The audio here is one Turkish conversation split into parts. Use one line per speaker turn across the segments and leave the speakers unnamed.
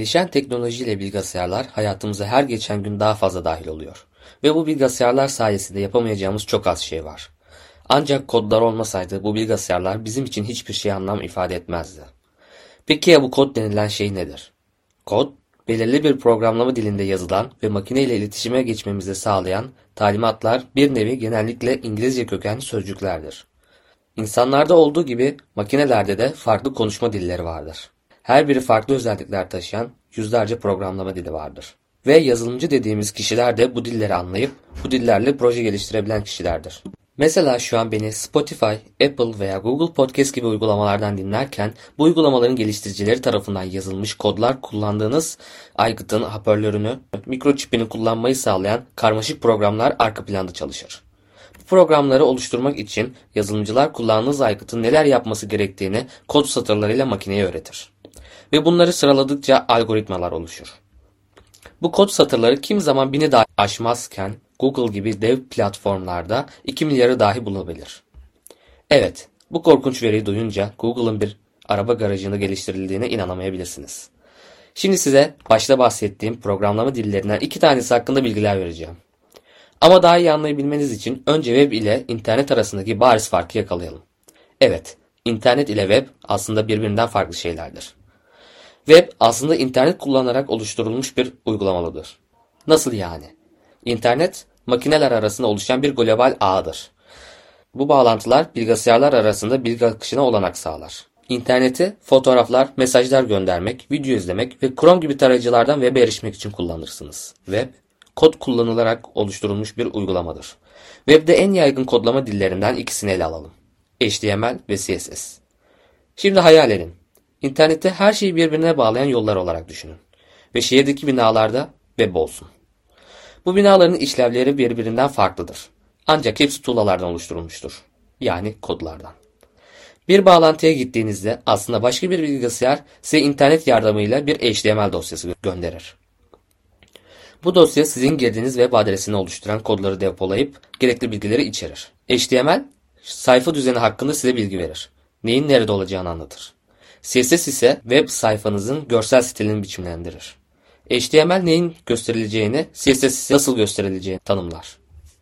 Gelişen teknolojiyle bilgisayarlar hayatımıza her geçen gün daha fazla dahil oluyor. Ve bu bilgisayarlar sayesinde yapamayacağımız çok az şey var. Ancak kodlar olmasaydı bu bilgisayarlar bizim için hiçbir şey anlam ifade etmezdi. Peki ya bu kod denilen şey nedir? Kod, belirli bir programlama dilinde yazılan ve makineyle iletişime geçmemizi sağlayan talimatlar, bir nevi genellikle İngilizce kökenli sözcüklerdir. İnsanlarda olduğu gibi makinelerde de farklı konuşma dilleri vardır. Her biri farklı özellikler taşıyan yüzlerce programlama dili vardır. Ve yazılımcı dediğimiz kişiler de bu dilleri anlayıp bu dillerle proje geliştirebilen kişilerdir. Mesela şu an beni Spotify, Apple veya Google Podcast gibi uygulamalardan dinlerken bu uygulamaların geliştiricileri tarafından yazılmış kodlar kullandığınız aygıtın hoparlörünü, mikroçipini kullanmayı sağlayan karmaşık programlar arka planda çalışır. Bu programları oluşturmak için yazılımcılar kullandığınız aygıtın neler yapması gerektiğini kod satırlarıyla makineye öğretir. Ve bunları sıraladıkça algoritmalar oluşur. Bu kod satırları kim zaman 1000'i dahi aşmazken Google gibi dev platformlarda 2 milyarı dahi bulabilir. Evet, bu korkunç veriyi duyunca Google'ın bir araba garajında geliştirildiğine inanamayabilirsiniz. Şimdi size başta bahsettiğim programlama dillerinden 2 tanesi hakkında bilgiler vereceğim. Ama daha iyi anlayabilmeniz için önce web ile internet arasındaki bariz farkı yakalayalım. Evet, internet ile web aslında birbirinden farklı şeylerdir. Web aslında internet kullanarak oluşturulmuş bir uygulamalıdır. Nasıl yani? İnternet, makineler arasında oluşan bir global ağdır. Bu bağlantılar bilgisayarlar arasında bilgi akışına olanak sağlar. İnterneti fotoğraflar, mesajlar göndermek, video izlemek ve Chrome gibi tarayıcılardan web'e erişmek için kullanırsınız. Web, kod kullanılarak oluşturulmuş bir uygulamadır. Web'de en yaygın kodlama dillerinden ikisini ele alalım. HTML ve CSS. Şimdi hayal edin. İnternette her şeyi birbirine bağlayan yollar olarak düşünün. Ve şehirdeki binalarda web olsun. Bu binaların işlevleri birbirinden farklıdır. Ancak hepsi tuğlalardan oluşturulmuştur. Yani kodlardan. Bir bağlantıya gittiğinizde aslında başka bir bilgisayar size internet yardımıyla bir HTML dosyası gönderir. Bu dosya sizin girdiğiniz web adresini oluşturan kodları depolayıp gerekli bilgileri içerir. HTML, sayfa düzeni hakkında size bilgi verir. Neyin nerede olacağını anlatır. CSS ise web sayfanızın görsel stilini biçimlendirir. HTML neyin gösterileceğini, CSS ise nasıl gösterileceğini tanımlar.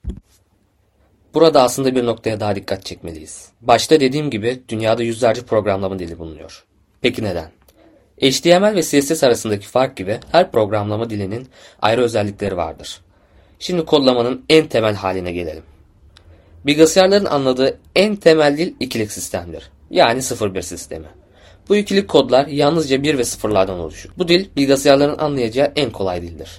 Burada aslında bir noktaya daha dikkat çekmeliyiz. Başta dediğim gibi dünyada yüzlerce programlama dili bulunuyor. Peki neden? HTML ve CSS arasındaki fark gibi her programlama dilinin ayrı özellikleri vardır. Şimdi kodlamanın en temel haline gelelim. Bilgisayarların anladığı en temel dil ikilik sistemdir. Yani 0-1 sistemi. Bu ikilik kodlar yalnızca 1 ve 0'lardan oluşur. Bu dil bilgisayarların anlayacağı en kolay dildir.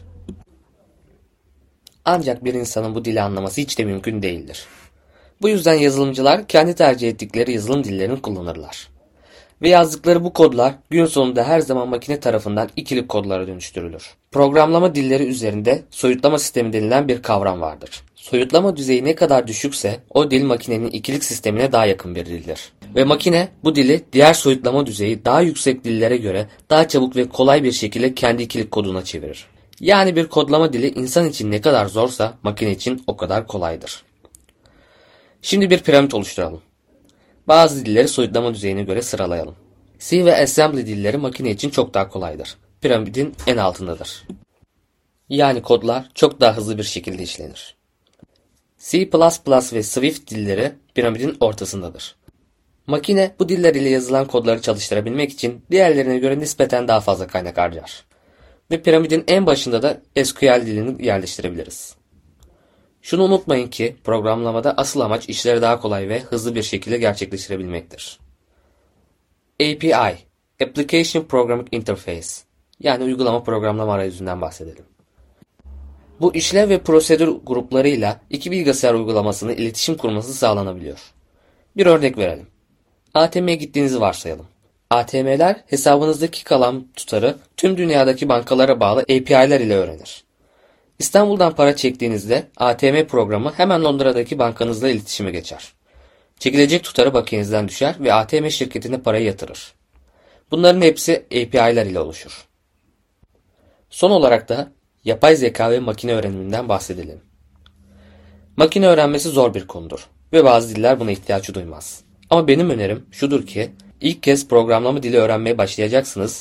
Ancak bir insanın bu dili anlaması hiç de mümkün değildir. Bu yüzden yazılımcılar kendi tercih ettikleri yazılım dillerini kullanırlar. Ve yazdıkları bu kodlar gün sonunda her zaman makine tarafından ikilik kodlara dönüştürülür. Programlama dilleri üzerinde soyutlama sistemi denilen bir kavram vardır. Soyutlama düzeyi ne kadar düşükse o dil makinenin ikilik sistemine daha yakın bir dildir. Ve makine bu dili diğer soyutlama düzeyi daha yüksek dillere göre daha çabuk ve kolay bir şekilde kendi ikilik koduna çevirir. Yani bir kodlama dili insan için ne kadar zorsa makine için o kadar kolaydır. Şimdi bir piramit oluşturalım. Bazı dilleri soyutlama düzeyine göre sıralayalım. C ve assembly dilleri makine için çok daha kolaydır. Piramidin en altındadır. Yani kodlar çok daha hızlı bir şekilde işlenir. C++ ve Swift dilleri piramidin ortasındadır. Makine bu diller ile yazılan kodları çalıştırabilmek için diğerlerine göre nispeten daha fazla kaynak harcar. Ve piramidin en başında da SQL dilini yerleştirebiliriz. Şunu unutmayın ki programlamada asıl amaç işleri daha kolay ve hızlı bir şekilde gerçekleştirebilmektir. API, Application Programming Interface, yani uygulama programlama arayüzünden bahsedelim. Bu işlev ve prosedür gruplarıyla iki bilgisayar uygulamasının iletişim kurması sağlanabiliyor. Bir örnek verelim. ATM'ye gittiğinizi varsayalım. ATM'ler hesabınızdaki kalan tutarı tüm dünyadaki bankalara bağlı API'ler ile öğrenir. İstanbul'dan para çektiğinizde ATM programı hemen Londra'daki bankanızla iletişime geçer. Çekilecek tutarı bakiyenizden düşer ve ATM şirketine parayı yatırır. Bunların hepsi API'ler ile oluşur. Son olarak da yapay zeka ve makine öğreniminden bahsedelim. Makine öğrenmesi zor bir konudur ve bazı diller buna ihtiyaç duymaz. Ama benim önerim şudur ki ilk kez programlama dili öğrenmeye başlayacaksınız.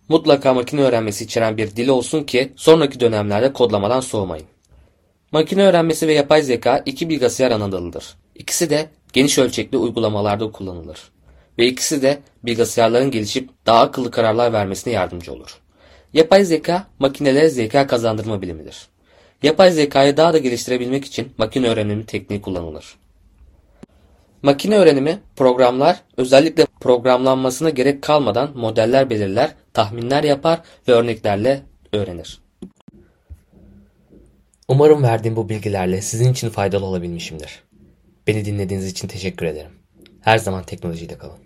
Mutlaka makine öğrenmesi içeren bir dil olsun ki sonraki dönemlerde kodlamadan soğumayın. Makine öğrenmesi ve yapay zeka iki bilgisayar ana dalıdır. İkisi de geniş ölçekli uygulamalarda kullanılır. Ve ikisi de bilgisayarların gelişip daha akıllı kararlar vermesine yardımcı olur. Yapay zeka, makinelere zeka kazandırma bilimidir. Yapay zekayı daha da geliştirebilmek için makine öğrenimi tekniği kullanılır. Makine öğrenimi, programlar, özellikle programlanmasına gerek kalmadan modeller belirler, tahminler yapar ve örneklerle öğrenir. Umarım verdiğim bu bilgilerle sizin için faydalı olabilmişimdir. Beni dinlediğiniz için teşekkür ederim. Her zaman teknolojiyle kalın.